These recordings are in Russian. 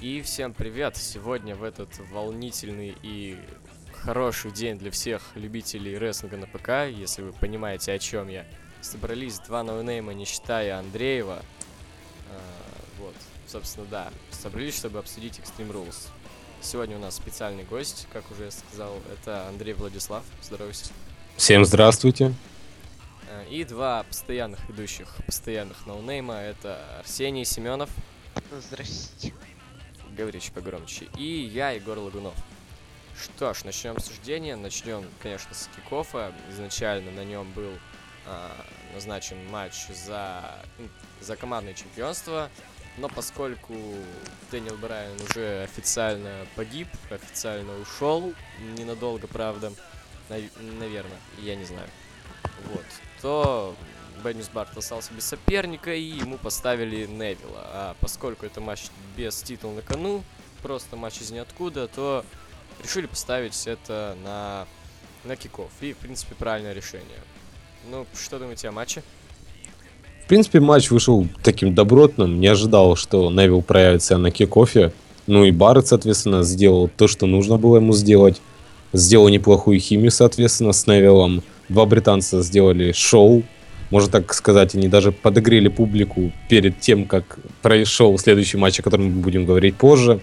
И всем привет! Сегодня в этот волнительный и хороший день для всех любителей рестлинга на ПК, если вы понимаете, о чем я, собрались два ноунейма, не считая Андреева. Вот, собственно, да, собрались, чтобы обсудить Extreme Rules. Сегодня у нас специальный гость, как уже я сказал, это Андрей Владислав. Здравствуйте. Всем здравствуйте. И два постоянных ведущих, постоянных ноунейма, это Арсений Семенов. Здрасте. Говори чуть погромче. И я, Егор Лагунов. Что ж, начнем обсуждение. Начнем, конечно, с кикоффа. Изначально на нем был назначен матч за командное чемпионство. Но поскольку Дэниел Брайан уже официально погиб, официально ушел, ненадолго, правда, наверное, я не знаю, вот, то Беннис Барт остался без соперника, и ему поставили Невилла. А поскольку это матч без титула на кону, просто матч из ниоткуда, то решили поставить это на кикофф. И, в принципе, правильное решение. Ну, что думаете о матче? В принципе, матч вышел таким добротным. Не ожидал, что Невилл проявится на кик-оффе. Ну и Барретт, соответственно, сделал то, что нужно было ему сделать. Сделал неплохую химию, соответственно, с Невиллом. Два британца сделали шоу. Можно так сказать, они даже подогрели публику перед тем, как прошел следующий матч, о котором мы будем говорить позже.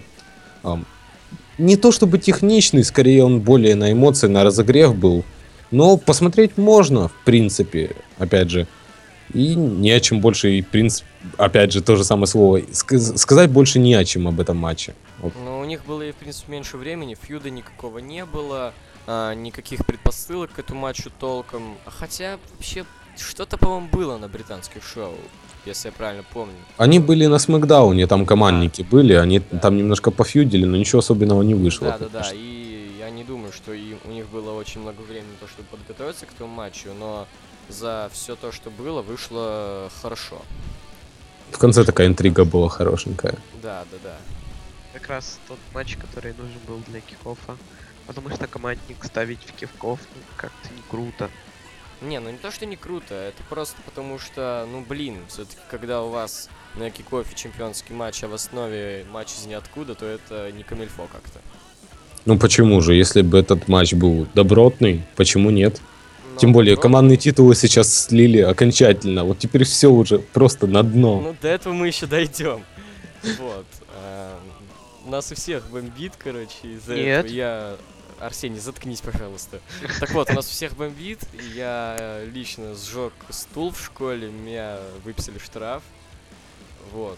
Не то чтобы техничный, скорее он более на эмоции, на разогрев был. Но посмотреть можно, в принципе, опять же. И не о чем больше, и принцип, опять же, то же самое слово. Сказать больше не о чем об этом матче. Вот. Ну, у них было, в принципе, меньше времени, фьюда никакого не было, никаких предпосылок к этому матчу толком. Хотя, вообще, что-то, по-моему, было на британских шоу, если я правильно помню. Они были на Смэкдауне, там командники были, они там немножко пофьюдили, но ничего особенного не вышло. Да, и я не думаю, что у них было очень много времени, на то, чтобы подготовиться к этому матчу, но за все то, что было, вышло хорошо. В конце такая интрига была хорошенькая. Да. Как раз тот матч, который нужен был для кикоффа. Потому что командник ставить в кикофф как-то не круто. Не то, что не круто, это просто потому что, все-таки, когда у вас на кикоффе чемпионский матч, а в основе матч из ниоткуда, то это не камильфо как-то. Ну почему же? Если бы этот матч был добротный, почему нет? Тем более, командные титулы сейчас слили окончательно. Вот теперь все уже просто на дно. Ну, до этого мы еще дойдем. Вот. У нас у всех бомбит, короче, из-за этого Арсений, заткнись, пожалуйста. Так вот, у нас у всех бомбит. Я лично сжег стул в школе, меня выписали штраф. Вот.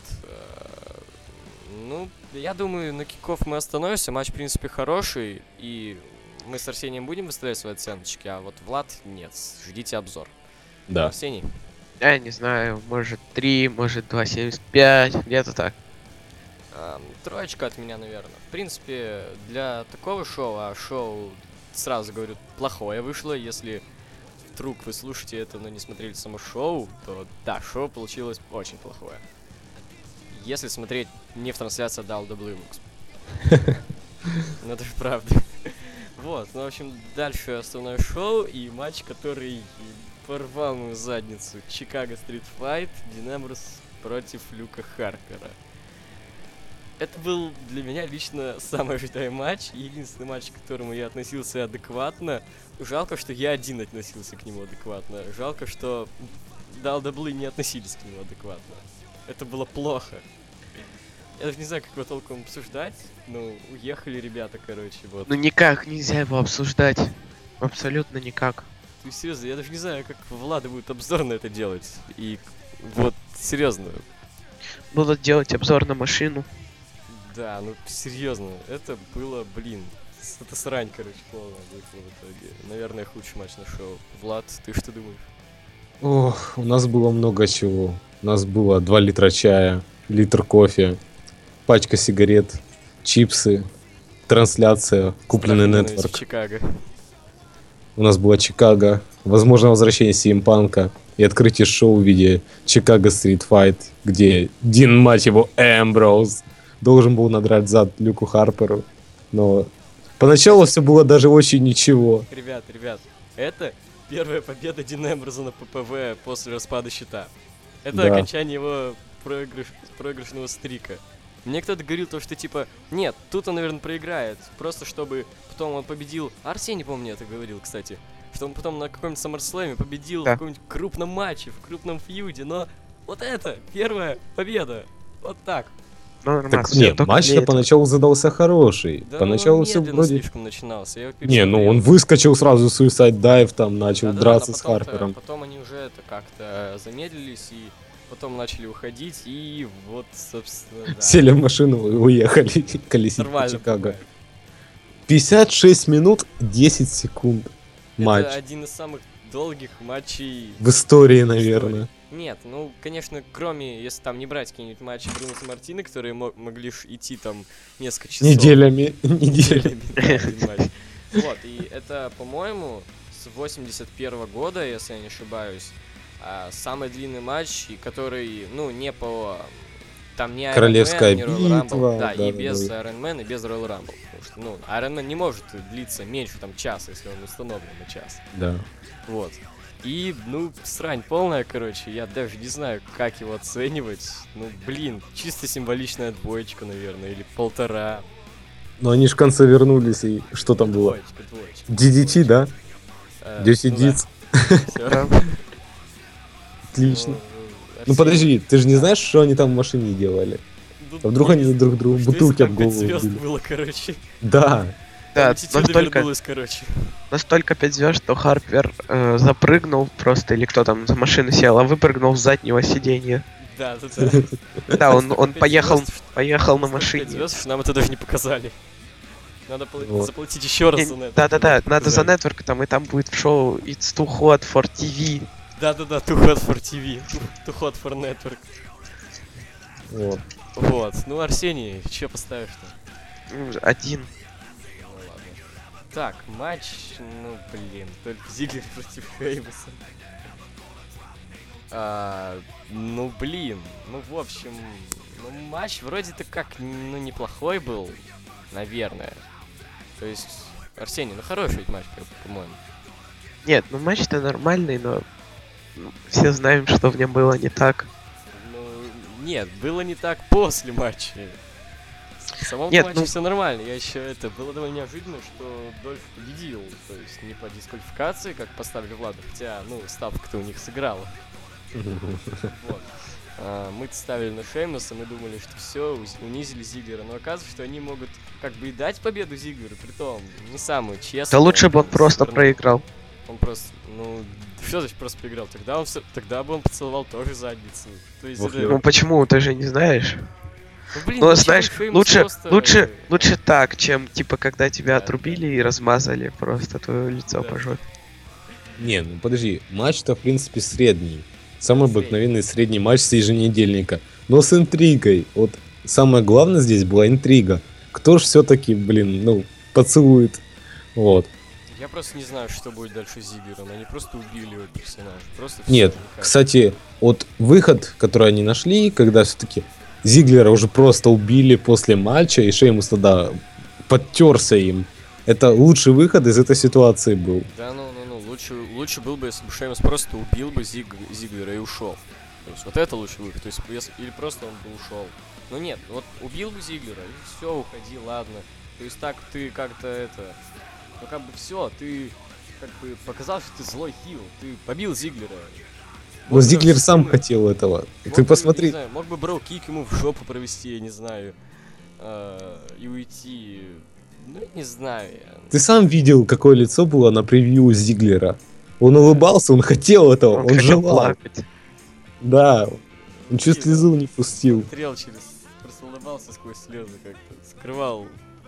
Ну, я думаю, на кикофф мы остановимся. Матч, в принципе, хороший. И мы с Арсением будем выставлять свои оценочки, а вот Влад нет. Ждите обзор. Да. Арсений? Я не знаю, может 3, может 2,75, где-то так. Троечка от меня, наверное. В принципе, для такого шоу, а шоу, сразу говорю, плохое вышло. Если вдруг вы слушаете это, но не смотрели само шоу, то да, шоу получилось очень плохое. Если смотреть не в трансляции WWE. Ну это же правда. Вот, ну в общем, дальше основное шоу и матч, который порвал мою задницу. Чикаго Стрит Файт, Дин Эмброс против Люка Харпера. Это был для меня лично самый ожидаемый матч, и единственный матч, к которому я относился адекватно. Жалко, что я один относился к нему адекватно. Жалко, что WWE не относились к нему адекватно. Это было плохо. Я даже не знаю, как его толком обсуждать. Ну, уехали ребята, короче, вот. Ну никак нельзя его обсуждать. Абсолютно никак. Ты серьезно, я даже не знаю, как Влада будет обзор на это делать. И вот, серьезно. Будут делать обзор на машину. Да, ну серьезно, это было, это срань, короче, полная вышла в итоге. Наверное, худший матч на шоу. Влад, ты что думаешь? Ох, у нас было много чего. У нас было 2 литра чая, литр кофе, пачка сигарет, чипсы, трансляция, купленный нетворк. Чикаго. У нас была Чикаго, возможно, возвращение CM Панка и открытие шоу в виде Чикаго Стрит Файт, где Дин, мать его, Эмброуз должен был надрать зад Люку Харперу. Но поначалу все было даже очень ничего. Ребят, это первая победа Дина Эмброза на ППВ после распада щита. Это окончание его проигрышного стрика. Мне кто-то говорил то, что типа, нет, тут он, наверное, проиграет. Просто чтобы потом он победил. Арсений, по-моему, мне это говорил, кстати. Что он потом на каком-нибудь SummerSlam победил в каком-нибудь крупном матче, в крупном фьюде. Но вот это первая победа. Вот так. Ну, нормально. Так нет, матч-то поначалу задался хороший. Да, поначалу все вроде... слишком начинался. Не, ну он выскочил сразу, Suicide Dive, там начал драться с Харпером. Потом они уже это как-то замедлились и потом начали уходить, и вот, собственно, да. Сели в машину и уехали колесить по Чикаго. 56 минут 10 секунд. Матч. Это один из самых долгих матчей в истории, наверное. Нет, ну, конечно, кроме, если там не брать какие-нибудь матчи Бруно и Мартины, которые могли идти там несколько часов. Неделями. Вот, и это, по-моему, с 81 года, если я не ошибаюсь, самый длинный матч, который, ну, не по... Там не Королевская Iron Man, не Royal битва. Rumble, да, и без Iron Man, и без Royal Rumble. Потому что, ну, Iron Man не может длиться меньше, там, часа, если он установлен на час. Да. Вот. И, ну, срань полная, короче, я даже не знаю, как его оценивать. Ну, блин, чисто символичная двоечка, наверное, или 1,5. Но они же в конце вернулись, и что там было? Двоечка. DDT, да? 10 диц. Отлично. Ну подожди, ты же не знаешь, что они там в машине делали? А вдруг они друг другу бутылки об голову звезд били? было, короче. Да. Да, настолько 5 звезд, что Харпер запрыгнул просто, или кто там за машину сел, а выпрыгнул с заднего сиденья. Да. Да, он поехал на машине. 5 звезд, что нам это даже не показали. Надо заплатить еще раз за Network. Да, надо за Network, там и там будет в шоу It's Too Hot for TV. Да, Too Hot for TV, Too Hot for Network. Вот. Ну, Арсений, что поставишь-то? 1. Ну ладно. Так, матч, ну блин, только Зиглер против Хеймса. Ну блин, ну в общем, ну матч вроде-то как, ну неплохой был, наверное. То есть, Арсений, ну хороший ведь матч, по-моему. Нет, ну матч-то нормальный, но все знаем, что в нем было не так. Ну, нет, было не так после матча. В самом матче все нормально. Я еще это было довольно неожиданно, что Дольф победил. То есть не по дисквалификации, как поставили Влада, хотя, ну, ставка-то у них сыграла. Вот. Мы ставили на Шеймуса, мы думали, что все, унизили Зиглера, но оказывается, что они могут как бы и дать победу Зиглеру, притом не самую честную. Да лучше бы он просто проиграл. Он просто, ну, что значит просто проиграл? Тогда бы он поцеловал тоже задницу. То есть это... Ну почему, ты же не знаешь? Ну, блин, ну знаешь, лучше просто... так, чем типа когда тебя отрубили и размазали просто твое лицо по жопе. Не, ну подожди, матч-то в принципе средний. Самый обыкновенный средний матч с еженедельника. Но с интригой. Вот самое главное здесь была интрига. Кто ж все-таки, блин, ну, поцелует. Вот. Я просто не знаю, что будет дальше с Зиглером. Они просто убили его персонажа. Просто нет, кстати, вот выход, который они нашли, когда все-таки Зиглера уже просто убили после матча, и Шеймус тогда подтерся им. Это лучший выход из этой ситуации был. Да, ну, лучше был бы, если бы Шеймус просто убил бы Зиглера и ушел. То есть вот это лучший выход. То есть, или просто он бы ушел. Но нет, вот убил бы Зиглера, и все, уходи, ладно. То есть так ты как-то это... Ну как бы все, ты как бы показал, что ты злой хил, ты побил Зиглера. Но Зиглер сам хотел этого. Ты посмотри. Не знаю, мог бы броу-кик ему в жопу провести, я не знаю, и уйти. Ну, не знаю. Ты сам видел, какое лицо было на превью Зиглера. Он улыбался, он хотел этого, он желал. Плакать. Да, он чуть слезу не пустил. Смотрел просто улыбался сквозь слезы как-то, скрывал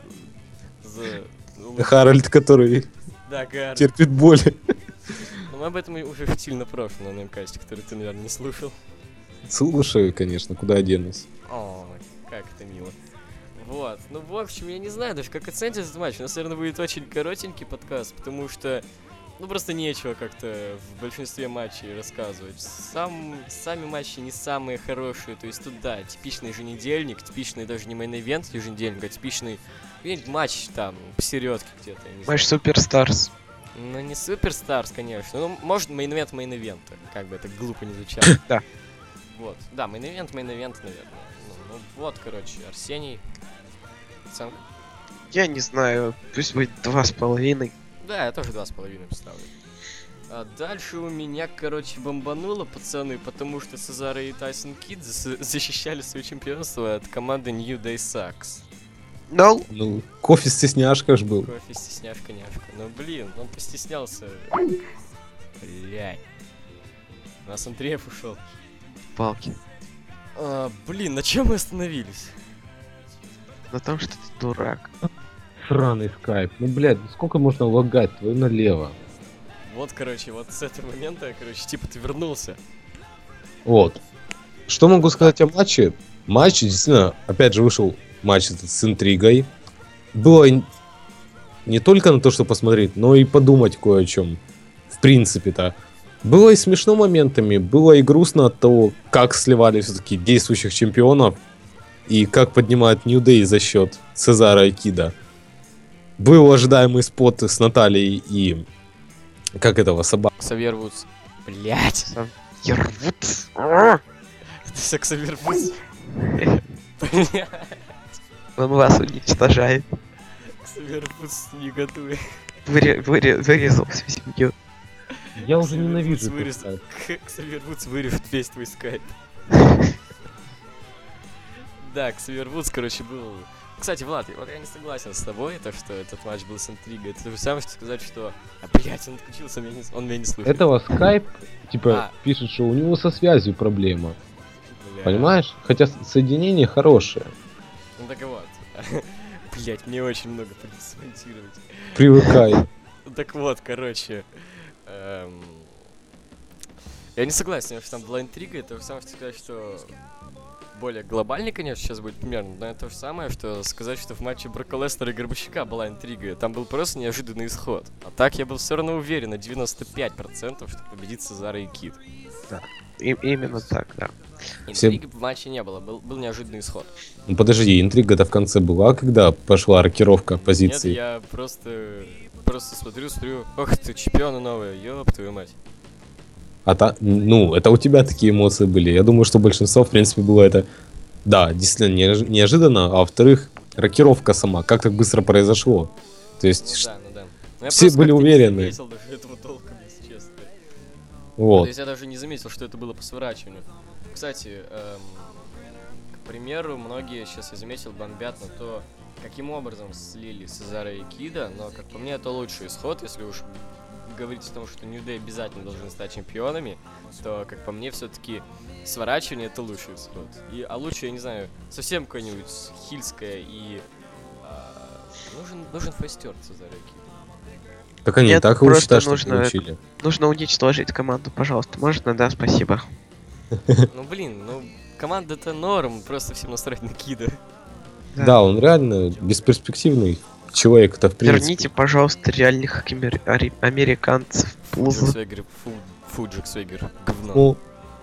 за... Харальд, который терпит боль. Но мы об этом уже шутили на прошлом, на МКСте, который ты, наверное, не слушал. Слушаю, конечно, куда я денусь. О, как это мило. Вот, ну, в общем, я не знаю даже, как оценить этот матч. У нас, наверное, будет очень коротенький подкаст, потому что, ну, просто нечего как-то в большинстве матчей рассказывать. Сами матчи не самые хорошие, то есть тут, да, типичный еженедельник, типичный даже не мейн-ивент еженедельника, а типичный матч там посередке где-то. Матч Суперстарс. Ну, не Суперстарс, конечно, ну, может, мейн-ивента, как бы это глупо не звучало. Да. Вот, да, мейн-ивент, наверное. Ну вот, короче, Арсений. Оценка. Я не знаю, пусть будет 2,5. Да, я тоже 2,5 поставлю. А дальше у меня, короче, бомбануло, пацаны, потому что Сезаро и Тайсон Кид защищали свое чемпионство от команды New Day Sucks. No. Ну, кофе стесняшка ж был. Кофе, стесняшка, няшка. Ну, блин, он постеснялся. Блядь. У нас Андреев ушел. Палки. Блин, на чем мы остановились? На том, что ты дурак. Сраный скайп. Ну, блядь, ну сколько можно лагать? Твою налево. Вот, короче, вот с этого момента, короче, типа ты вернулся. Вот. Что могу сказать о матче? Матч, действительно, опять же, вышел матч этот с интригой. Было не только на то, что посмотреть, но и подумать кое о чем. В принципе-то. Было и смешно моментами, было и грустно от того, как сливали все-таки действующих чемпионов и как поднимают New Day за счет Сезара и Кида. Был ожидаемый спот с Натальей и... Как этого, собака? Ксавьер Вудс. Блять. Ервут. Это все Ксавьер Вудс. Блять. Он вас уничтожает. Ксавьер Вудс негодует. Вырезал всю семью. Я уже ненавижу этот вырез... скайп. Ксавьер Вудс вырежет весь твой скайп. Да, Ксавьер Вудс, короче, был... Кстати, Влад, вот я не согласен с тобой, то, что этот матч был с интригой. Это то же самое, что сказать, что... блять, он отключился, он меня не слышит. Этого скайп, типа, пишет, что у него со связью проблема. Бля. Понимаешь? Хотя соединение хорошее. Ну так вот. Блять, мне очень много придется монтировать. Привыкай. Так вот, короче. Я не согласен, что там была интрига. Это же самое, что сказать, что более глобальный, конечно, сейчас будет примерно, но это то же самое, что сказать, что в матче Брока Леснера и Горбачука была интрига. Там был просто неожиданный исход. А так я был все равно уверен на 95%, что победит Сезаро и Кид. Да. Именно так, да. Интриги в матче не было, был неожиданный исход. Ну подожди, интрига-то в конце была, когда пошла рокировка позиций. Нет, я просто смотрю, ох ты, чемпионы новые, ёб твою мать. Ну, это у тебя такие эмоции были. Я думаю, что большинство, в принципе, было это... Да, действительно неожиданно, а во-вторых, рокировка сама. Как так быстро произошло? То есть, Ну да. Но я все просто были как-то уверены. не заметил даже этого толком, если честно. Вот. То есть я даже не заметил, что это было по сворачиванию. Кстати, к примеру, многие, сейчас я заметил, бомбят на то, каким образом слили Сезара и Кида, но, как по мне, это лучший исход, если уж говорить о том, что New Day обязательно должны стать чемпионами, то, как по мне, все-таки сворачивание — это лучший исход. А лучше, я не знаю, совсем какое-нибудь хильское и... нужен фейстёрд Сезара и Кида. Так они Нет, так его просто считают, что получили. Нужно уничтожить команду, пожалуйста. Можно? Да, спасибо. Ну, блин, команда-то норм, просто всем насрать на Кида. Да, он реально бесперспективный человек, это в принципе. Верните, пожалуйста, реальных американцев. Джек Свегер, говно.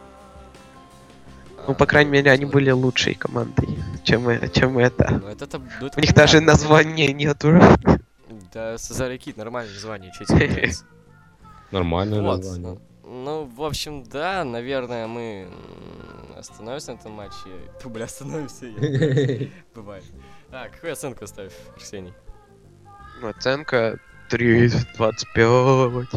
Ну, по крайней мере, они были лучшей командой, чем это. Это У них даже названия нету. Да, Сезар и Кид, нормальное название, что тебе нравится? Нормальное название. Ну, в общем, да, наверное, мы остановимся на этом матче. Остановимся. Бывает. Какую оценку ставишь, Арсений? Оценка 3,25.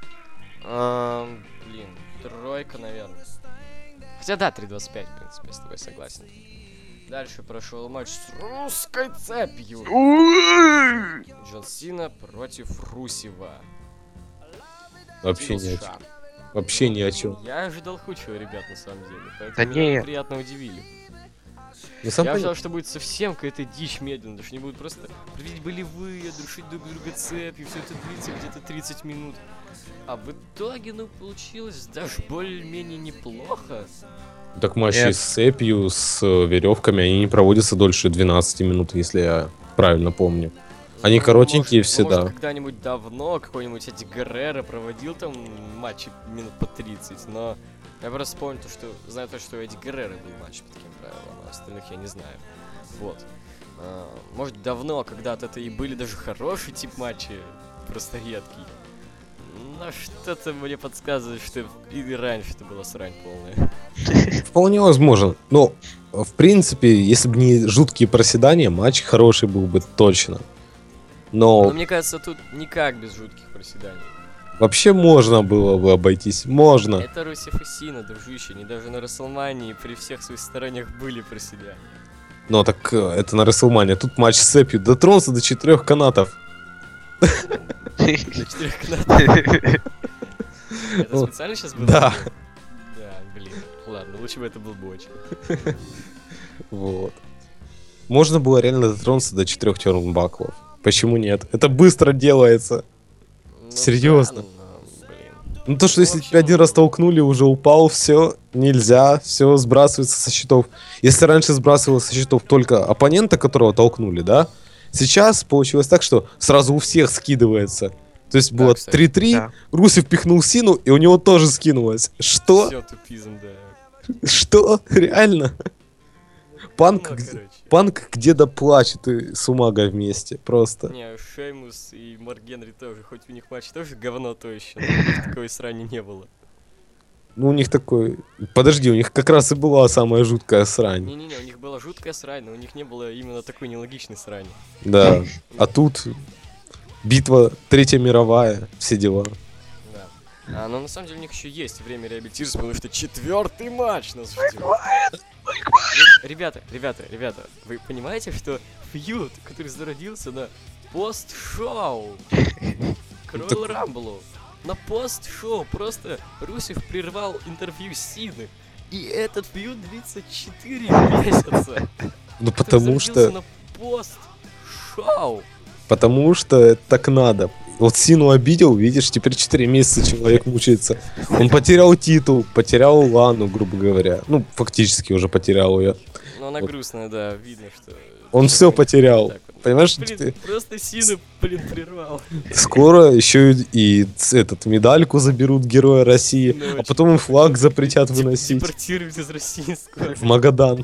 Блин, тройка, наверное. Хотя да, 3,25, в принципе, я с тобой согласен. Дальше прошел матч с русской цепью. Джон Сина против Русева. Вообще ни о чем. Вообще ни о чем. Я ожидал худшего, ребят, на самом деле. Поэтому Да меня нет. приятно удивили. Ну, сам Я понятно. ожидал, что будет совсем какая-то дичь медленно, что они будут просто проводить болевые, душить друг друга цепью, все это длится где-то 30 минут. А в итоге, получилось даже более-менее неплохо. Так матчи Нет. с цепью, с веревками, они не проводятся дольше 12 минут, если я правильно помню. Они коротенькие всегда. Может, когда-нибудь давно какой-нибудь Эдди Геррера проводил там матчи минут по 30, но я просто помню то, что знаю то, что у Эдди Геррера был матч по таким правилам, а остальных я не знаю. Вот. Может, давно когда-то это и были даже хорошие тип матчи, просто редкий. Ну, что-то мне подсказывает, что и раньше это была срань полная. Вполне возможно. Но, в принципе, если бы не жуткие проседания, матч хороший был бы точно. Но Но мне кажется, тут никак без жутких проседаний. вообще можно было бы обойтись. Можно. Это Русев и Сина, дружище. Они даже на Расселмании при всех своих стараниях были проседания. Но так это на Расселмане. Тут матч с цепью. Дотронулся до 4 канатов. До 4 канатов. Это Ну, специально сейчас было? да. Да, блин. Ладно, лучше бы это был боч. Вот. Можно было реально дотронуться до 4 тернбаклов. Почему нет? Это быстро делается. Ну, Серьезно? да, но, блин. Ну то, что Ну, если в общем- тебя один раз толкнули, уже упал, все, нельзя, все сбрасывается со счетов. Если раньше сбрасывалось со счетов только оппонента, которого толкнули, да, сейчас получилось так, что сразу у всех скидывается. То есть Да, было кстати. 3-3, Да. Русев пихнул Сину, и у него тоже скинулось. Что? Всё, тупизм, да. Что? Реально? Панк, Ну, короче. Панк где-то плачет и с Умагой вместе, просто. Не, Шеймус и Марк Генри тоже, хоть у них матч тоже говно то еще, но у них такой срани не было. Ну, у них такой... Подожди, у них как раз и была самая жуткая срань. Не-не-не, у них была жуткая срань, но у них не было именно такой нелогичной срани. Да. А тут битва Третья мировая, все дела. Да. Но на самом деле у них еще есть время реабилитироваться, потому что 4-й матч нас ждет. Ребята, вы понимаете, что фьюд, который зародился на пост-шоу к Royal Rumble, на пост-шоу просто Русев прервал интервью Сины, и этот фьюд длится 4 месяца. Ну, Который потому зародился что... на пост-шоу. Потому что это так надо. Вот Сину обидел, видишь, теперь 4 месяца человек мучается. Он потерял титул, потерял Лану, грубо говоря. Ну, фактически уже потерял ее. Но она Вот. грустная, да, видно, что... Он все потерял. Так вот. Понимаешь, Блин, просто Сина, прервал. скоро еще и этот медальку заберут Героя России, Ну, а очень потом им флаг запретят выносить Депортируют из российского. в Магадан.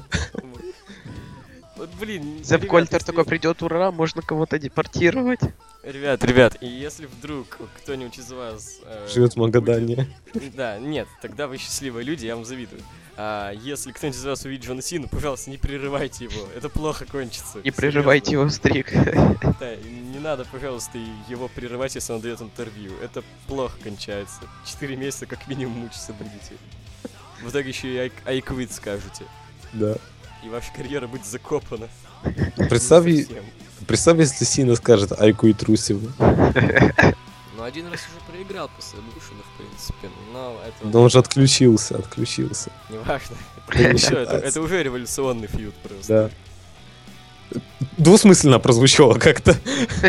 Вот, блин, Зэп ребят, Кольтер если- такой придет, ура, можно кого-то депортировать. Ребят, и если вдруг кто-нибудь из вас... Живет в Магадане. Да, нет, тогда вы счастливые люди, я вам завидую. А если кто-нибудь из вас увидит Джона Сину, пожалуйста, не прерывайте его, это плохо кончится. Не прерывайте его стрик. Серьезно. Да, и не надо, пожалуйста, его прерывать, если он дает интервью. Это плохо кончается. 4 месяца как минимум мучиться будете. В итоге еще и I quit скажете. Да. И ваша карьера будет закопана. Представь, Не совсем. представь, если Сина скажет Айку и Трусеву. Ну, один раз уже проиграл после Бушина, в принципе, но это... Да он же отключился. Неважно. Это не Всё, считается. это уже революционный фьюд просто. Да. Двусмысленно прозвучало как-то.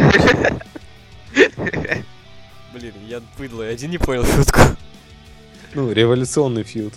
Блин, я быдло, я один не понял шутку. Ну, революционный фьюд.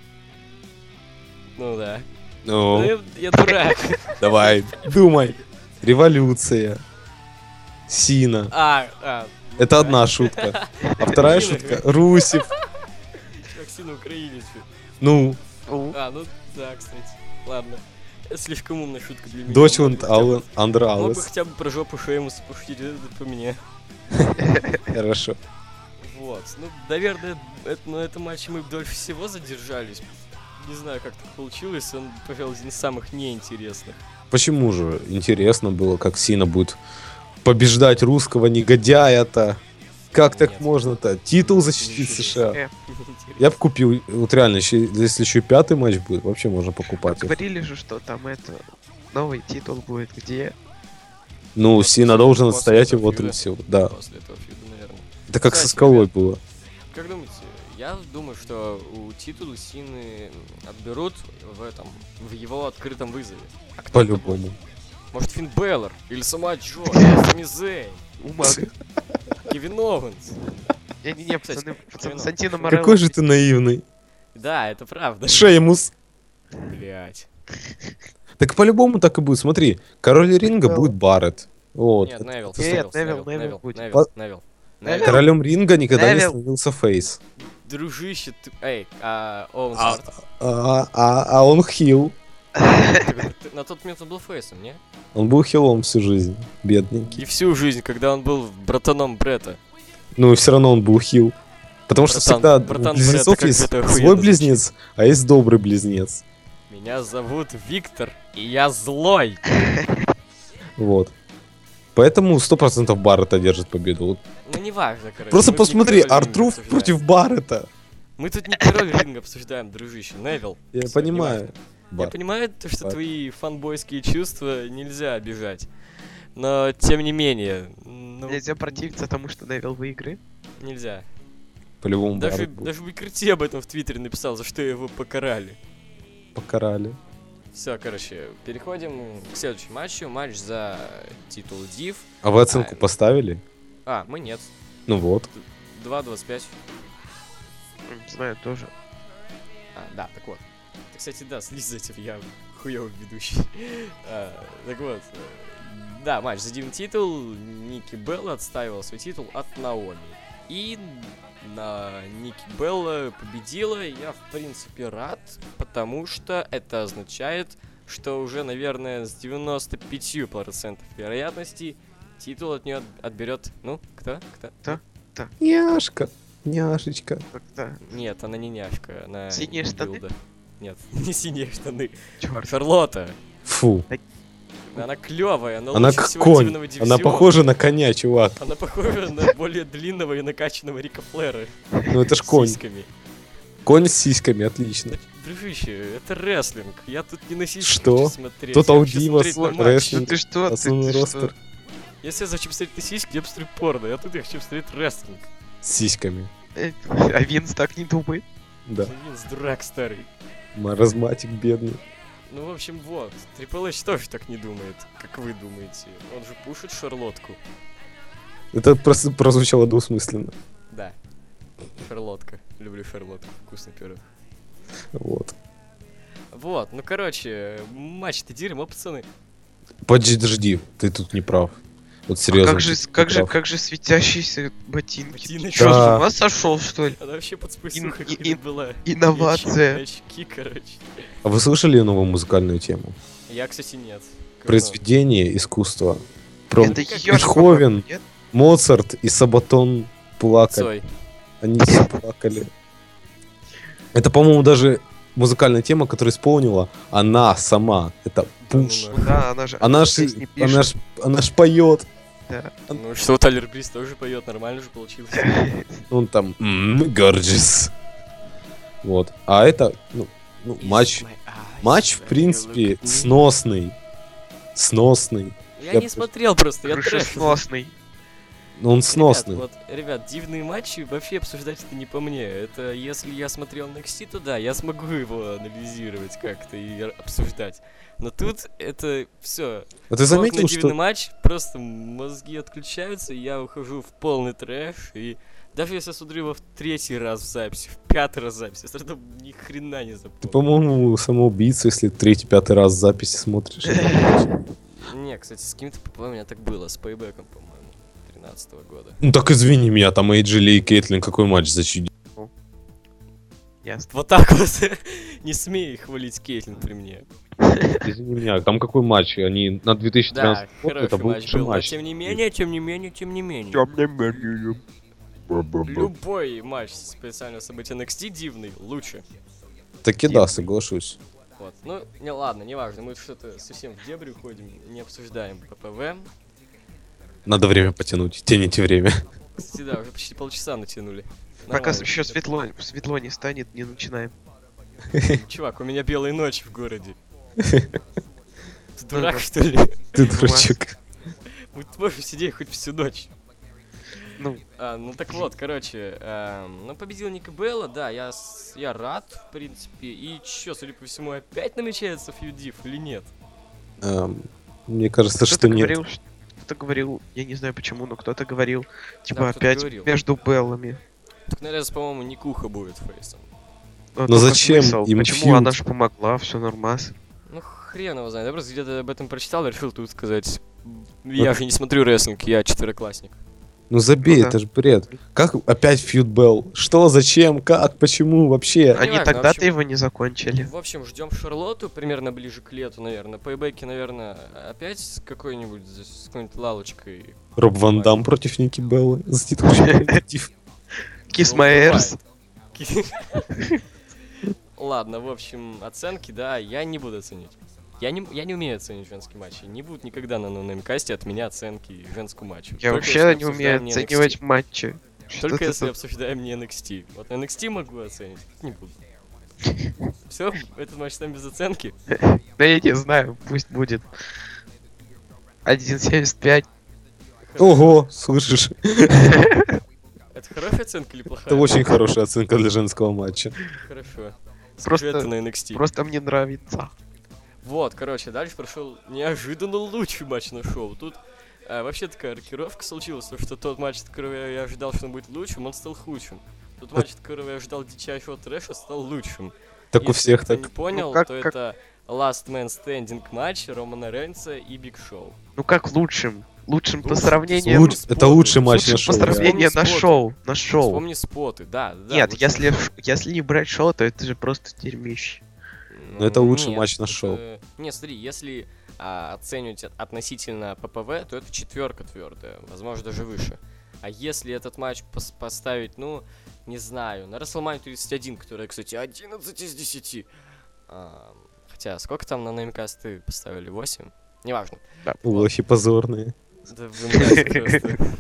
Ну да. Ну, Ну, я дурак. давай, думай. Революция. Сина. Это да. одна шутка. А вторая Блин, шутка. Русев. Как Сина украинец. Ну, У, Ну да, кстати. Ладно. Это слишком умная шутка для меня. Дочланд Мог бы хотя бы- Мог бы Андралес. хотя бы про жопу Шеймуса пошутить, это по мне. Хорошо. Вот. Ну, наверное, на этом матче мы дольше всего задержались. Не знаю, как так получилось, он, пожалуй, один из самых неинтересных. Почему же? Интересно было, как Сина будет побеждать русского негодяя-то. Как так Нет. можно-то? Титул защитить Ничего США. Неинтересно. Я бы купил, вот реально, если еще и 5-й матч будет, вообще можно покупать. их. говорили же, что там это новый титул будет, где Ну, Вот Сина после- должен после отстоять этого его фьюда. Трусев, да. После этого фьюда, наверное. Это как со Кстати, Скалой ребят, было. Как думаете, я думаю, что у титула Сины отберут в его открытом вызове. А кто это будет? По-любому. Может, Финн Бэллар? Или сама Джо? Или Сами Зейн? Умага. Кевин Оуэнс? Не-не-не, Кстати, пацаны, ну, Сантино Морелло. Какой же ты наивный. Да, это правда. Шеймус. Блять. Так по-любому так и будет. Смотри, король ринга Невилл. будет Барретт. Вот. Нет, Невил. Нет, Невил будет. Невил. Королем ринга никогда не Невилл. становился Фейс. Дружище, ты... Эй, Оуэнс Харт. А он хил. На тот момент он был фейсом, не? Он был хилом всю жизнь. Бедненький. И всю жизнь, когда он был братаном Бретта. Ну и все равно он был хил. Потому что Братан, всегда братан, у близнецов как есть это охуенно свой звучит. близнец, а есть добрый близнец. Меня зовут Виктор, и я злой. Вот. Поэтому 100% Баррета держит победу. Вот. Ну, неважно, короче. Просто мы тут не посмотри, король ринга Артруф обсуждаем. против Баррета. Мы тут не король ринга обсуждаем, дружище. Невил. Я Всё, понимаю. неважно. Я Баррет. понимаю, то, что Так. твои фанбойские чувства нельзя обижать. Но, тем не менее, ну, Нельзя противиться тому, что Невил выиграет. нельзя. По-любому Даже, Баррет будет. даже Викрити об этом в Твиттере написал, за что его покарали. Покарали. Все, короче, переходим к следующему матчу. Матч за титул Div. А вы оценку поставили? А, мы нет. Ну вот. 2.25. Знаю тоже. А, да, так вот. Ты, кстати, да, следи за этим, я хуёвый ведущий. Так вот. Да, матч за Div титул. Ники Белла отстаивала свой титул от Наоми. И Ники Белла победила. Я, в принципе, рад, потому что это означает, что уже, наверное, с 95% вероятности титул от нее отберет. Ну, кто? Няшка. Няшечка. Как-то. Нет, она не няшка, она Синие штаны? Билда. Нет, не синие штаны. Чёрт. Шарлотта. Фу. Она клевая, она, Она лучше как всего конь. дивного Она дивизиона. похожа на коня, чувак. Она похожа на более длинного и накачанного Рика Флера. Ну это ж С конь. сиськами. Конь с сиськами, отлично. Да, дружище, это рестлинг. Я тут не на сиськи Что? хочу смотреть. Тут я хочу Аудима, смотреть на матч. рестлинг. Ты что? Основной Ты ростер. что? Если я хочу посмотреть на сиськи, я посмотрю порно. Я тут я хочу посмотреть рестлинг. С сиськами. А Винс так не думает. Да. Винс дурак старый. Маразматик бедный. Ну, в общем, вот. Triple H тоже так не думает, как вы думаете. Он же пушит Шарлотку. Это просто прозвучало двусмысленно. Да. Шарлотка. Люблю шарлотку. Вкусный пирог. Вот. Вот, ну короче, матч-то дерьмо, пацаны. Подожди, ты тут не прав. Вот серьезно. Как же, ты как не же, прав. как же светящиеся ботинки? Ботиночки. Чё, с Да. ума сошел, что ли? Она вообще под спусюха и- была. Инновация. Очки, короче. А вы слышали новую музыкальную тему? Я, кстати, нет. Говно. Произведение искусства. Про Это её Бетховен, же, нет? Моцарт и Сабатон плакали. Цой. Они все плакали. Это, по-моему, даже музыкальная тема, которую исполнила она сама. Это Пуш. Да Ну да, она же Она ж, песни пишет. она ж поет. Да. Ну что, Тайлер Бриз тоже поет, нормально же получилось. Он там gorgeous. Вот. А это, ну, матч. Матч, в принципе, сносный. Сносный. Я Я не смотрел просто, я трэш. Крышесносный. Но он сносный. Ребят, дивные матчи вообще обсуждать это не по мне. Это если я смотрел NXT, то да, я смогу его анализировать как-то и обсуждать. Но тут это все. А ты заметил, дивный что... матч, просто мозги отключаются, и я ухожу в полный трэш, и даже если я смотрю его в третий раз в записи, в пятый раз в записи, я все равно ни хрена не запомню. Ты, по-моему, самоубийца, если третий-пятый раз записи смотришь. Не, кстати, с каким-то ПП у меня так было, с пейбэком, по-моему, 13-го года. Ну так извини меня, там Эйджи и Кейтлин какой матч зачудил. Ясно. Вот так вот. Не смей хвалить Кейтлин при мне. Извини меня, там какой матч? Они на 2013 Да, год, это хороший был матч лучший был, но матч. тем не менее. Любой матч специального события NXT дивный, лучше. Таки да, соглашусь. Вот. Ну, не ладно, неважно, мы что-то совсем в дебри уходим, не обсуждаем ППВ. Надо время потянуть, тяните время. Кстати, да, уже почти полчаса натянули. Пока Нормально. еще светло не станет, не начинаем. Чувак, у меня белые ночи в городе. Ты дурак, что ли? Ты дурачок. Мы можем сидеть хоть всю ночь. Ну, Ну так вот, короче, ну победил Ника Белла, да, я рад, в принципе. И чё, судя по всему, опять намечается фьюдив или нет? Мне кажется, что кто-то нет. говорил, кто-то говорил, я не знаю почему, но кто-то говорил, типа Да, кто-то опять говорил. между Беллами. Так, наверное, по-моему, Никуха будет фейсом. Но Но зачем им Почему фьюд? она же помогла, все нормас. Ну хрен его знает, я просто где-то об этом прочитал, решил тут сказать. Я же не смотрю рестлинг, я четвероклассник. Ну забей, Ну да. это же бред. Как опять фьюд Белл? Что, зачем, как, почему вообще? Они важно, в тогда-то общем- его не закончили. В общем, ждем Шарлотту примерно ближе к лету, наверное. Пейбеки, наверное, опять с какой-нибудь, с какой-нибудь лалочкой. Роб Ван Дам против Ники Беллы. За титул чемпиона. Kiss Ну, my бывает. ears. Ладно, в общем, оценки, да, я не буду оценить. Я не умею оценить женские матчи. Не будут никогда на нонеймкасте от меня оценки женскому матчу. Я Только вообще если не умею обсуждаем не NXT. оценивать матчи. Что Только ты если тут- обсуждаем не NXT. Вот на NXT могу оценить, тут не буду. Все, этот матч там без оценки. Да я не знаю, пусть будет. 1.75. Ого, слышишь? Это хорошая оценка или плохая? Это очень хорошая оценка для женского матча. Хорошо. Просто- Скажи это на NXT. Просто мне нравится. Вот, короче, дальше прошел неожиданно лучший матч на шоу. Тут вообще такая рокировка случилась, потому что тот матч, от которого я ожидал, что он будет лучшим, он стал худшим. Тот матч, от которого я ожидал дичайшего трэша, стал лучшим. Так у Если всех кто так. не понял, Ну, как- то как- это Last Man Standing матч Романа Рейнса и Биг Шоу. Ну как лучшим? Лучшим по Лучшим, сравнению... Луч- Это лучший матч Лучшим на по шоу. сравнению- реально. сравнению на Вспомни шоу. На шоу. Вспомни споты, да. Нет, лучший если, на шоу. если не брать шоу, то это же просто дерьмище. Но это лучший нет, матч на это- шоу. Не, смотри, если оценивать относительно ППВ, то это 4 твердая, возможно, даже выше. А если этот матч поставить, ну, не знаю, на WrestleMania 31, которая, кстати, 11 из 10. Хотя, сколько там на неймкасты поставили? 8? Неважно. Лохи позорные. Да вы мразь просто.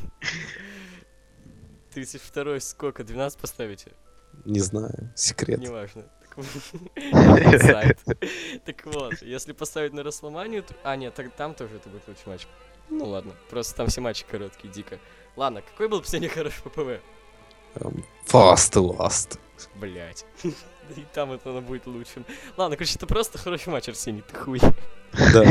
32 сколько? 12 поставите? Не знаю, секрет. Неважно. Так вот. Сайт. Так вот, если поставить на Расселманию... нет, там тоже это будет лучший матч. Ну ладно, просто там все матчи короткие, дико. Ладно, какой был последний хороший ППВ? Fast и last. Блять. И там это оно будет лучшим. Ладно, короче, это просто хороший матч, Арсений, ты хуй. Да.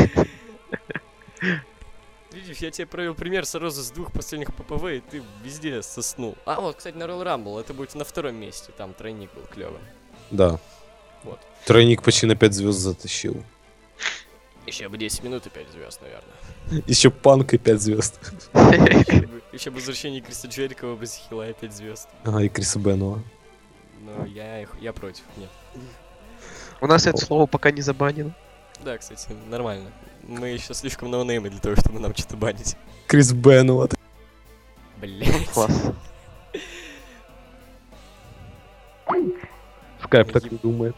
Видишь, я тебе провел пример сразу с 2 последних ППВ, и ты везде соснул. А вот, кстати, на Royal Rumble это будет на 2-м месте, там тройник был клевым. Да. Вот. Тройник почти на 5 звезд затащил. Еще бы 10 минут и 5 звезд, наверное. Еще Панк и 5 звезд. Еще бы возвращение Криса Джерикова без хила и 5 звезд. Ага, и Криса Бенова. Но я против, нет. У нас это слово пока не забанено. Да, кстати, нормально. Мы еще слишком ноунеймы для того, чтобы нам что-то банить. Крис Бенова. Блять. Класс. Скайп так не думает.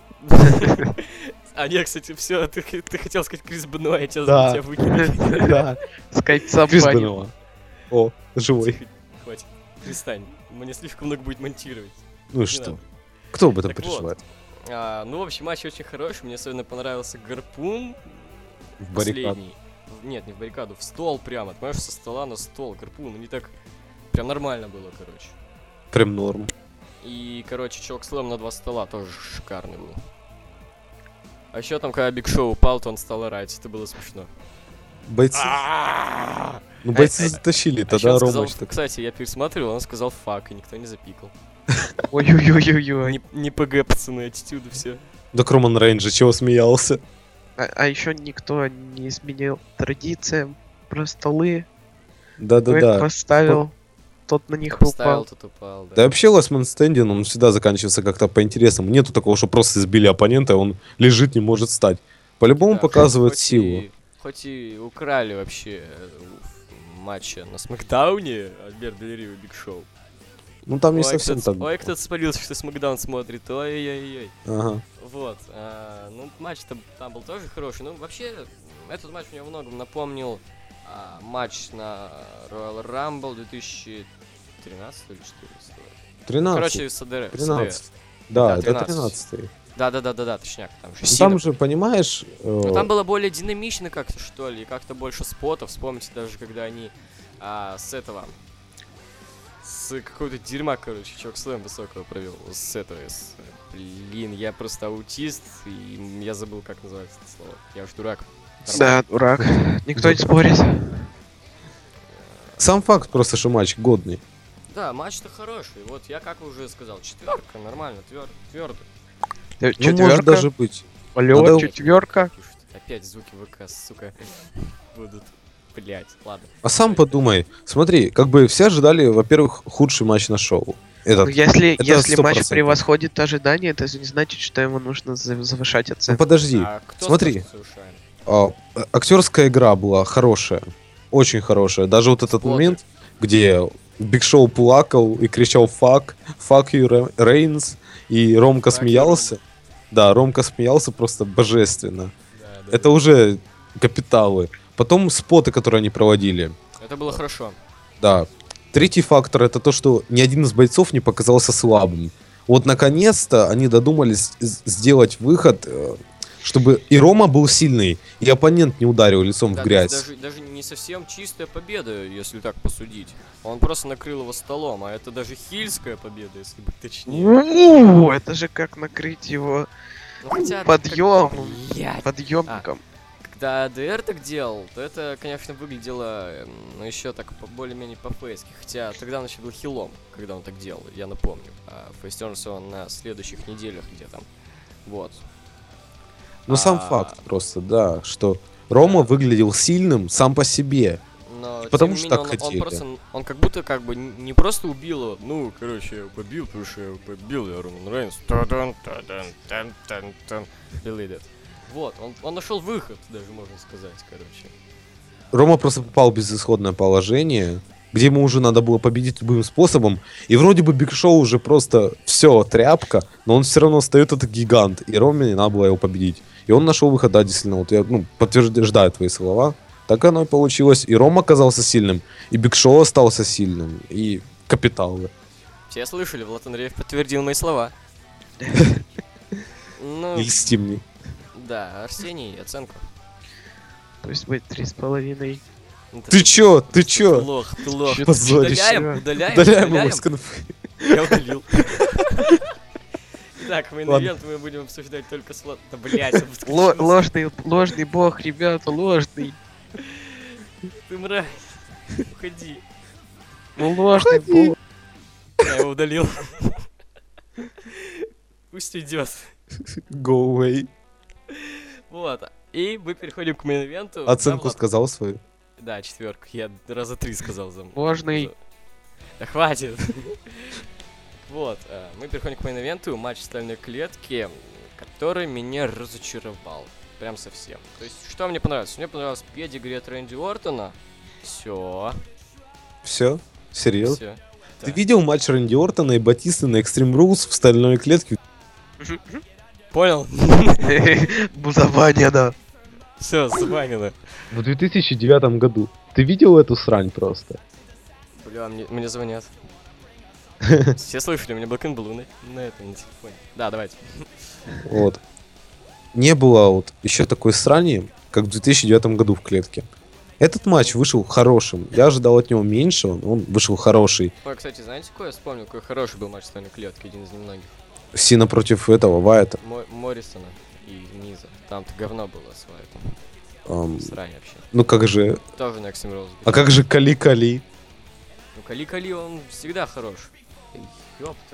А нет, кстати, все, ты хотел сказать Крис Бенуа, я тебя Да. выкинул. Да. Скайп Крис забанил. Бенова. О, живой. Тихо, хватит. Перестань. Мне слишком много будет монтировать. Ну и Не что? надо. Кто об этом Так вот. переживает? Ну, в общем, матч очень хороший. Мне особенно понравился гарпун В баррикаду. последний. Нет, не в баррикаду, в стол прямо. Ты понимаешь, со стола на стол гарпун. Ну, не так... Прям нормально было, короче. Прям норм. И, короче, чувак слэм на 2 стола тоже шикарный был. А еще там, когда Биг Шоу упал, то он стал орать. Это было смешно. Бойцы. А Ну, бойцы затащили, еще тогда он сказал, Ромыч так. кстати, я пересматривал, он сказал фак, и никто не запикал. Ой-ой-ой-ой-ой. Не ПГ, пацаны, аттитюды, все. Так Роман Рейнджер чего смеялся? А еще никто не изменил традициям про столы. Кто их Да-да-да. поставил, тот на них Поставил, упал. тут упал, да. Да и вообще Last Man Standing, он всегда заканчивается как-то по-интересному. Нету такого, что просто избили оппонента, он лежит, не может встать. По-любому Да, показывает хоть силу. Хоть и украли вообще матча на Смакдауне Альберт Дель Рио и Биг Шоу. Ну там не Ой, совсем кто-то- так. Ой, кто-то спалился, что Смакдаун смотрит. Ой-ой-ой. Ага. Вот. Ну, матч там был тоже хороший. Ну, вообще, этот матч мне во многом напомнил матч на Royal Rumble 2013 или 2014. 13. Короче, с АДР. 13. Да, Да, это 13. 13. Да, точняк. Там же Ну, сильно. там же, понимаешь, Ну, там было более динамично как-то, что ли, и как-то больше спотов. Вспомните даже, когда они с этого... С какого-то дерьма, короче, чувак слэм высокого провел. С этого, блин, я просто аутист, и я забыл, как называется это слово. Я уж дурак. Да, дурак. Никто не спорит. сам факт просто, что матч годный. Да, матч-то хороший. Вот я, как уже сказал, 4, нормально, твердо. Ну, может Четверка. даже быть. Алло, Надо- четверка. Опять звуки ВК, сука, будут. Блять, ладно. А сам подумай, смотри, как бы все ожидали, во-первых, худший матч на шоу. Ну, Этот. если это матч 100%. превосходит ожидания, это не значит, что ему нужно завышать Ну оценку. подожди, А кто смотри. скажет, совершенно? Актерская игра была хорошая, очень хорошая. Даже вот этот Споты. момент, где Биг Шоу плакал и кричал fuck you, Рейнс, и Ромка Fuck you, смеялся. Да, Ромка смеялся просто божественно. Да, Это уже капиталы. Потом споты, которые они проводили. Это было хорошо. Да. Третий фактор это то, что ни один из бойцов не показался слабым. Вот наконец-то они додумались сделать выход, чтобы и Рома был сильный, и оппонент не ударил лицом Да, в грязь. даже не совсем чистая победа, если так посудить. Он просто накрыл его столом, а это даже хильская победа, если быть точнее. Это же как накрыть его Ну, хотя, подъемом, Блядь. подъемником. Когда АДР так делал, то это, конечно, выглядело, ну, еще так более-менее по-фейски. Хотя тогда он еще был хилом, когда он так делал, я напомню. А фейстернся он на следующих неделях где-то. Вот. Но сам факт просто, да, что Рома выглядел сильным сам по себе. Но, Потому тем не что менее, так хотели. он просто, он как будто как бы не просто убил его, ну, короче, я его побил, потому что я его побил, я Роман Рейнс. Deleted. Вот, он нашел выход, даже можно сказать, короче. Рома просто попал в безысходное положение, где ему уже надо было победить любым способом. И вроде бы Биг Шоу уже просто все, тряпка, но он все равно остается этот гигант. И Роме надо было его победить. И он нашел выход, да, действительно, вот я подтверждаю твои слова. Так оно и получилось. И Рома оказался сильным, и Биг Шоу остался сильным, и капиталы. Все слышали, Влад Андреев подтвердил мои слова. Ну, Не льсти мне. да, Арсений, оценку. Пусть будет 3,5. Ну, Ты чё? Ты Ты чё? лох, ты лох. Чё ты позоришь? Удаляем Удаляем его с конфы. Я удалил. Так, мейн-ивент мы будем обсуждать только с Влад... Да, блядь, Ложный бог, ребята, ложный. ты мразь. Уходи. Ну ложный бог. Я его удалил. Пусть идет. Go away. Вот. И мы переходим к мейн-ивенту. Оценку Да, Влад? сказал свою. Да, 4. Я раза 3 сказал за. Ложный. Да хватит. Вот, мы переходим к мейн-ивенту, матч стальной клетки, который меня разочаровал. Прям совсем. То есть, что мне понравилось? Мне понравилось педигри от Рэнди Ортона. Все. Все? Серьезно? Все. Ты видел матч Рэнди Ортона и Батисты на Extreme Rules в стальной клетке? Понял? Бузаванина. Все, забанено. В 2009 году. Ты видел эту срань просто? Бля, мне звонят. Все слышали, у меня Black and Blue на этом на телефоне. Да, давайте. Вот. Не было вот еще такой срани, как в 2009 году в клетке. Этот матч вышел хорошим. Я ожидал от него меньшего, но он вышел хороший. Ой, кстати, знаете, какой я вспомнил? Какой хороший был матч стальной клетки, один из немногих. Сина против этого, Вайта. Моррисона и Миза. Там-то говно было с Вайтом. Срань вообще. Ну как же... Тоже на Эксим Роуз. А как же Кали-Кали? Ну, Кали-Кали, он всегда хорош. Ёпта.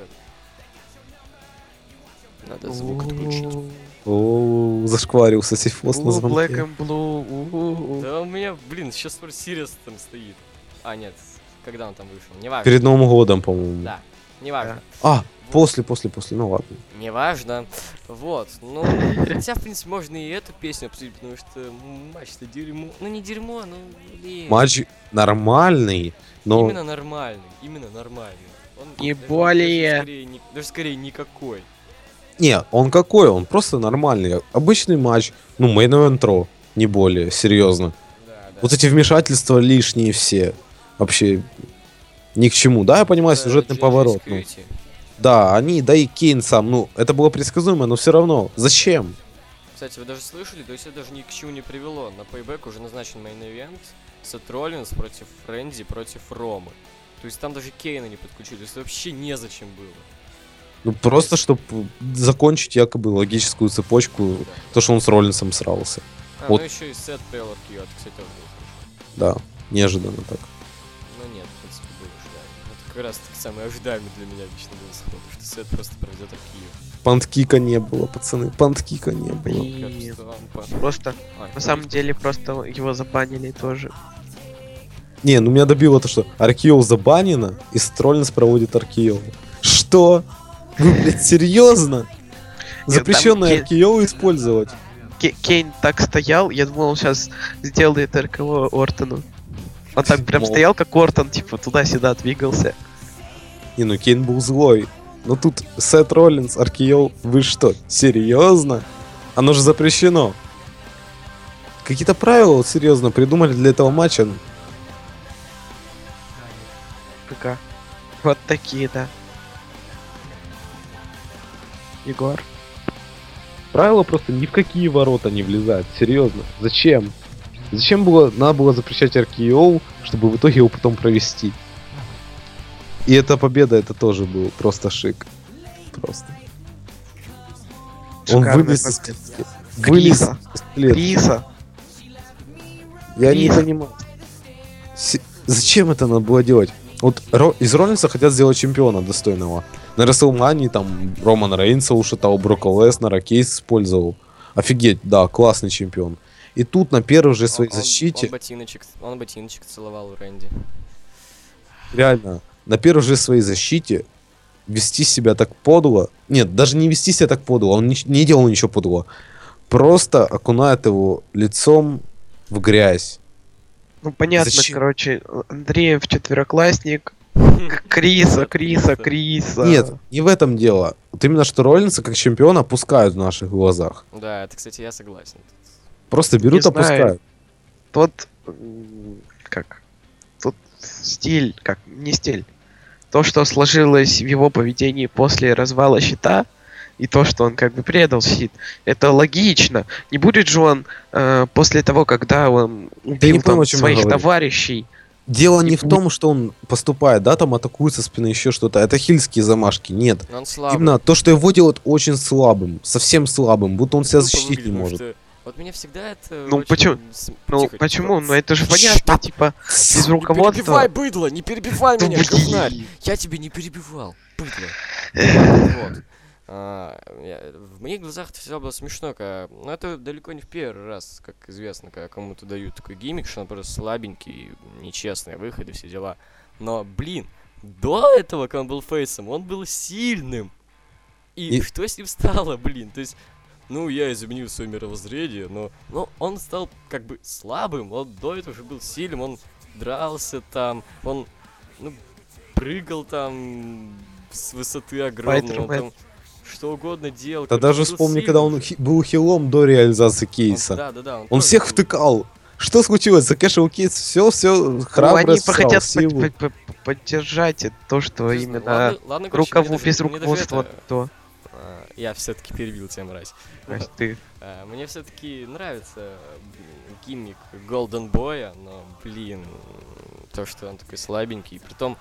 Надо звук отключить. О, зашкварился Сифос на Black звонке. and Blue. Да у меня, блин, сейчас Фор Сириус там стоит. А, нет, когда он там вышел? Неважно. Перед Новым годом, по-моему. Да, неважно. А, после, ну ладно. Неважно. Вот, ну, хотя, в принципе, можно и эту песню обсудить, потому что матч-то дерьмо. Ну, не дерьмо, ну, блин. Матч нормальный, но... Именно нормальный, именно нормальный. Он Не даже- более. Даже скорее никакой. Не, он какой? Он просто нормальный. Обычный матч. Ну, мейн интро, не более, серьезно. Да, да. Вот эти вмешательства лишние все. Вообще ни к чему. Да, я понимаю, сюжетный JJ поворот. Ну, Security. да, они, да и Кейн сам. Ну, это было предсказуемо, но все равно. Зачем? Кстати, вы даже слышали, то есть это даже ни к чему не привело. На Payback уже назначен мейн-ивент. Сет Роллинс против Рэнди против Ромы. То есть там даже Кейна не подключили. То есть вообще незачем было. Ну, просто, чтобы закончить якобы логическую цепочку, Да. то, что он с Роллинсом срался. А, Вот. ну еще и Сет привел от Кио, это, кстати, тоже было хорошо. Да, неожиданно так. Ну нет, в принципе, было ожидаемо. Это как раз таки самый ожидаемый для меня лично был исход, что Сет просто проведет от Кио. Панткика не было, пацаны, панткика не было. Блин. Просто... Просто, на самом деле, просто его забанили тоже. Не, ну меня добило то, что Аркиол забанено, и Строллинс проводит Аркиол. Что? Вы, блядь, серьезно? Запрещенный там Аркиол использовать. Кейн так стоял, я думал, он сейчас сделает РКО Ортону. Он так прям Мол. стоял, как Ортон, типа, туда-сюда двигался. Не, ну Кейн был злой. Но тут Сет Роллинс, RKO, вы что, серьезно? Оно же запрещено. Какие-то правила, вот серьезно, придумали для этого матча. ПК. Вот такие, да. Егор. Правила просто ни в какие ворота не влезают, серьезно. Зачем? Зачем было, надо было запрещать RKO, чтобы в итоге его потом провести? И эта победа, это тоже был просто шик. Просто. Он Шикарная вылез из победа. клетки. Вылез Криса. из клетки. Криса. Я не Крис. понимаю. Зачем это надо было делать? Вот из Роллинса хотят сделать чемпиона достойного. На Расселмании там Роман Рейнса ушатал, Брока Леснера, Кейс использовал. Офигеть, да, классный чемпион. И тут на первой же своей защите, Он ботиночек целовал у Рэнди. реально, на первой же своей защите вести себя так подло. Нет, даже не вести себя так подло, он не делал ничего подлого. Просто окунает его лицом в грязь. Ну понятно, Зачем? короче, Андреев четвероклассник. Криса. Нет, не в этом дело. Вот именно что Роллинса как чемпиона опускают в наших глазах. Да, это, кстати, я согласен. Просто берут, Не знаю. опускают. Тот, как, тот стиль, как, не стиль. То, что сложилось в его поведении после развала щита, и то, что он как бы предал щит, это логично. Не будет же он после того, когда он убил не понял, там о чем я своих говорю. товарищей. Дело не в том, что он поступает, да, там атакует со спины еще что-то. Это хильские замашки. Нет. Но он слабый. Именно то, что его делают очень слабым, совсем слабым, будто он себя Глупо защитить не выглядит, может. потому что Вот меня всегда это Ну, очень почему? Ну, тихо, почему? типа, Ну, это же понятно, типа, без Не руководства. перебивай, быдло, не перебивай Да меня, блин. говнарь. Я тебя не перебивал, быдло. Вот. В моих глазах это всегда было смешно, но это далеко не в первый раз, как известно, когда кому-то дают такой гиммик, что он просто слабенький, нечестные выходы, все дела. Но, блин, до этого, когда он был фейсом, он был сильным. И что с ним стало, блин? То есть, ну, я изменил свое мировоззрение, но он стал как бы слабым, он до этого уже был сильным, он дрался там, он, прыгал там с высоты огромной, он там что угодно делал. Да даже вспомни, когда он был хилом до реализации кейса. Да. Он всех втыкал. Что случилось? Закэшил кейс, все, храбрость, они хотят силу. поддержать то, что именно ладно, без руководства то. Я все-таки перебил тебя, мразь. Ты. Мне все-таки нравится гиммик Golden Boy, но, блин, то, что он такой слабенький. Притом,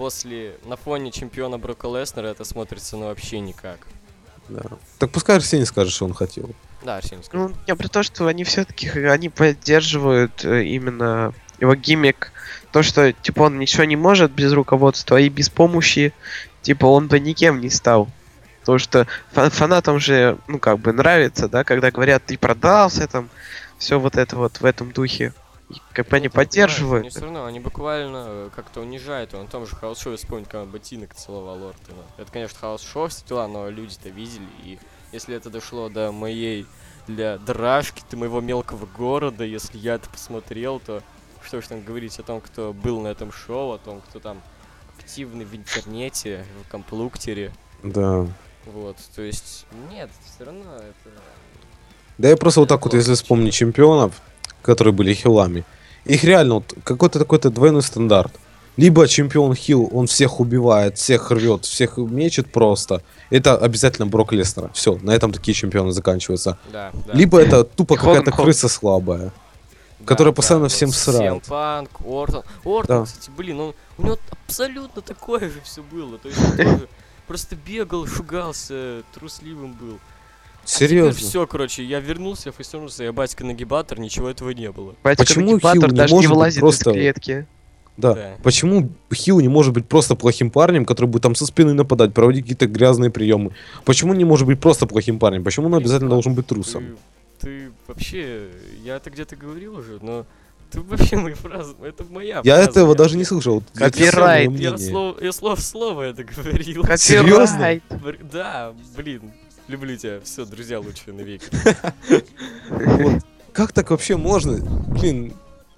на фоне чемпиона Брока Леснера это смотрится, вообще никак. Да. Так пускай Арсений скажет, что он хотел. Да, Арсений скажет. Ну, я про то, что они все-таки они поддерживают именно его гиммик. То, что, типа, он ничего не может без руководства и без помощи, типа, он бы никем не стал. Потому что фанатам же, нравится, да, когда говорят, ты продался, там, все вот это вот в этом духе. И как бы они поддерживают. Они все равно, они буквально как-то унижают его. На том же хаус-шоу вспомнить, когда он ботинок целовал Ортона. Это, конечно, хаус-шоу дела, но люди-то видели. И если это дошло до моей для драшки, до моего мелкого города, если я это посмотрел, то что ж там говорить о том, кто был на этом шоу, о том, кто там активный в интернете, в комплуктере. Да. Вот, то есть, нет, все равно это... Да я просто вот так вот, если вспомнить чемпионов, которые были хилами, их реально вот какой-то такой-то двойной стандарт. Либо чемпион хил, он всех убивает, всех рвет, всех мечет просто. Это обязательно Брок Леснера. Все, на этом такие чемпионы заканчиваются. Да. Либо это тупо Хоган какая-то крыса слабая, которая постоянно всем всрает. Панк, Ортон, Да. кстати, блин, у него абсолютно такое же все было. То есть он тоже просто бегал, шугался, трусливым был. Серьезно. Все, короче, я вернулся, фейстернулся, я батька нагибатор, ничего этого не было. Почему Батер Хилл не даже не может быть вылазит просто- из клетки. Да. Почему Хилл не может быть просто плохим парнем, который будет там со спины нападать, проводить какие-то грязные приемы? Почему не может быть просто плохим парнем? Почему он обязательно должен быть трусом? Ты вообще, я это где-то говорил уже, но ты вообще мои фразы, это моя Я фраза. этого даже не слышал. Это всё Копирайт. моё Я мнение. я слово в слово это говорил. Серьезно? Копирайт. Да, блин, люблю тебя, все, друзья лучшие навеки. Вот. Как так вообще можно? Блин.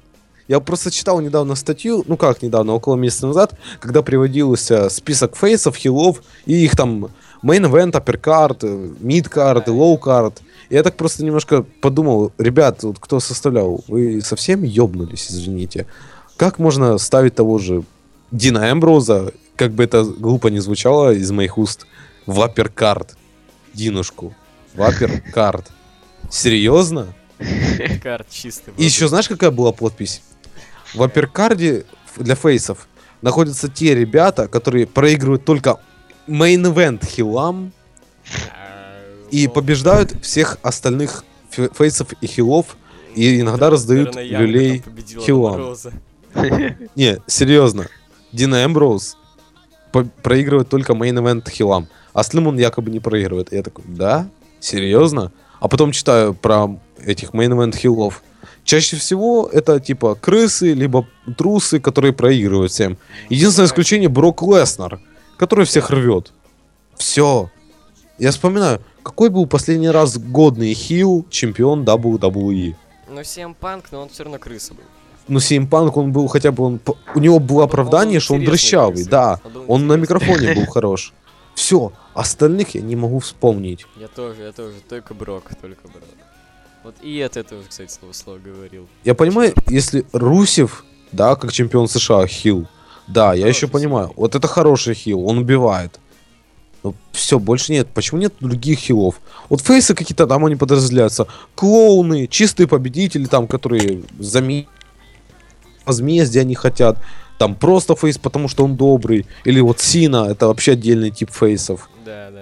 Я просто читал недавно статью, ну как недавно, около месяца назад, когда приводился список фейсов, хилов, и их там мейн-эвент, апперкарт, мид-карт, лоу-карт. Я так просто немножко подумал, ребят, вот кто составлял, вы совсем ёбнулись, извините. Как можно ставить того же Дина Эмброуза, как бы это глупо не звучало из моих уст, в апперкарт? Динушку. В апперкарт. Серьезно? Карт чистый. И еще знаешь, какая была подпись? В апперкарде для фейсов находятся те ребята, которые проигрывают только мейн-эвент хилам и побеждают всех остальных фейсов и хилов, и иногда раздают люлей хилам. Не, серьезно. Дина Эмброуз проигрывает только мейн-эвент хилам. А остальным он якобы не проигрывает. И я такой, да? Серьезно? А потом читаю про этих мейн-эвент хилов. Чаще всего это типа крысы, либо трусы, которые проигрывают всем. Единственное исключение Брок Леснар, который всех рвет. Все. Я вспоминаю, какой был последний раз годный хил чемпион WWE. Ну, CM Punk, но он все равно крыса был. Ну, CM Punk, он был хотя бы... у него было оправдание, что он дрыщавый. крысой. Да, он на интересный. микрофоне был хорош. Все. Остальных я не могу вспомнить. Я тоже. Только Брок. Вот и это тоже, кстати, слово говорил. Я понимаю, если Русев, да, как чемпион США, хил, да, я еще понимаю. хил. Вот это хороший хил, он убивает. Но все, больше нет. Почему нет других хилов? Вот фейсы какие-то там они подразделяются. Клоуны, чистые победители, там, которые возмездия они хотят. Там просто фейс, потому что он добрый. Или вот Сина, это вообще отдельный тип фейсов. Да.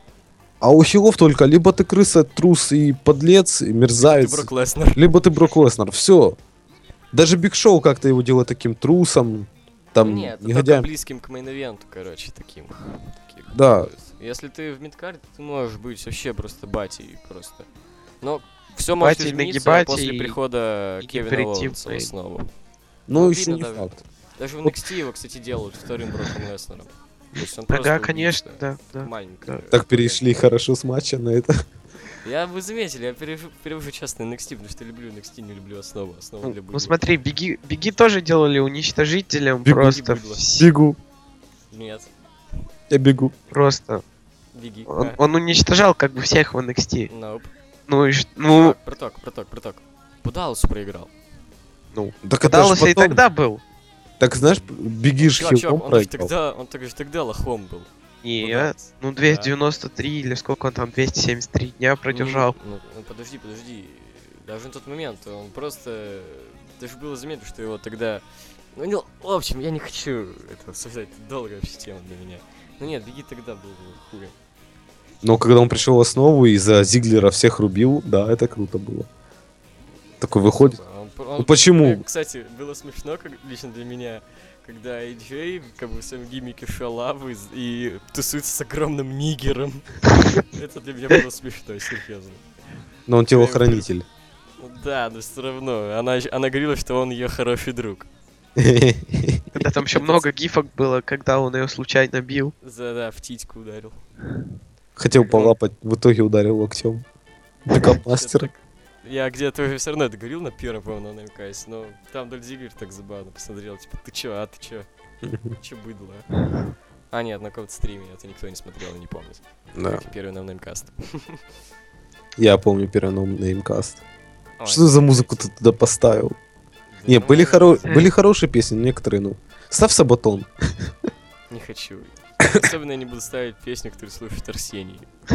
А у хилов только либо ты крыса, трус и подлец, и мерзавец. Ты Брок Леснар. Либо ты Брок Леснар. Все. Даже Биг Шоу как-то его делает таким трусом. Там, Нет, это негодяем. только близким к мейн-ивенту, короче, таким. Да. Если ты в мидкарде, ты можешь быть вообще просто батей, просто. Но все может Батей, измениться нагибать после и- прихода и Кевина перейти Оуэнса в в основу. Ну, Ну, еще видно не даже. факт. Даже в NXT его, кстати, делают вторым Броком Леснаром. То есть он Ага, просто конечно, убийца. да. Маленькая. Так перешли хорошо с матча на это. Вы заметили, я перевожу часто на NXT, потому что люблю NXT, не люблю основу. Основу для Ну быдла. смотри, беги тоже делали уничтожителем, Беги, просто быдло. Бегу. Нет, Я бегу. просто. беги. Он уничтожал как бы всех в NXT. Nope. Ну, и ну, Проток. Будалусу проиграл. Так это ж Далласа и потом. тогда был. Так знаешь, бегишь Чувак, хилом он же проиграл. тогда лохом был. Нет, ну 293 или сколько он там, 273 дня продержал. Ну, подожди. Даже на тот момент он просто... Даже было заметно, что его тогда... Ну, не, в общем, я не хочу это обсуждать, это долгая вообще тема для меня. Ну нет, беги тогда был хуя. Но когда он пришел в основу и за Зиглера всех рубил, да, это круто было. Такой выходит. Ну почему? Кстати, было смешно, как лично для меня, когда AJ как бы в своем гиммике шалавы и тусуется с огромным нигером. Это для меня было смешно, серьезно. Но он телохранитель. Да, но все равно. Она говорила, что он ее хороший друг. Когда там еще много гифок было, когда он ее случайно бил. Да, в титьку ударил. Хотел полапать, в итоге ударил локтем. Пикап-мастер. Я где-то уже все равно это говорил на первом, по-моему, на МКС, но там Дольф Зиглер так забавно посмотрел, типа, ты чё, Чё быдло, а? А, нет, на каком-то стриме, это никто не смотрел и не помнит. Да. Первый нам неймкаст. Я помню первый неймкаст. Ой, Что за музыку ты туда поставил? Не, были хорошие песни, некоторые, ну. Ставь Сабатон. Не хочу. Особенно я не буду ставить песню, которую слушает Арсений.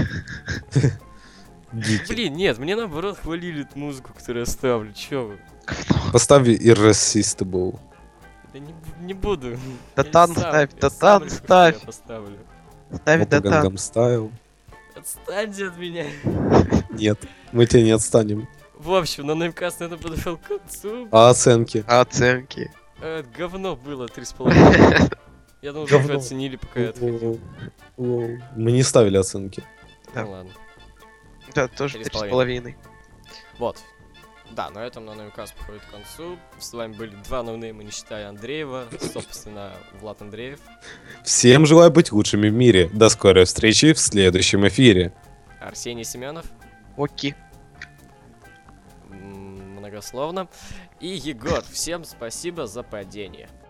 Дикий. Блин, нет, мне наоборот хвалили эту музыку, которую я ставлю. Чё вы? Поставь Irresistible. Да не буду. Датан ставь, Датан ставь. Поставлю. Ставь Опа Датан. Гангам Стайл. Отстаньте от меня. Нет, мы тебя не отстанем. В общем, на неймкаст, наверное, подошел к концу. А оценки? Оценки. Говно было 3,5. Я думал, что вы Говно. оценили, пока я отходил. Мы не ставили оценки. Да. Ну ладно. Да, тоже 3,5. Вот. Да, на этом нонеймкаст подходит к концу. С вами были два ноунейма, не считая Андреева. Собственно, Влад Андреев. Всем желаю быть лучшими в мире. До скорой встречи в следующем эфире. Арсений Семенов. Окей. многословно. И Егор, всем спасибо за падение.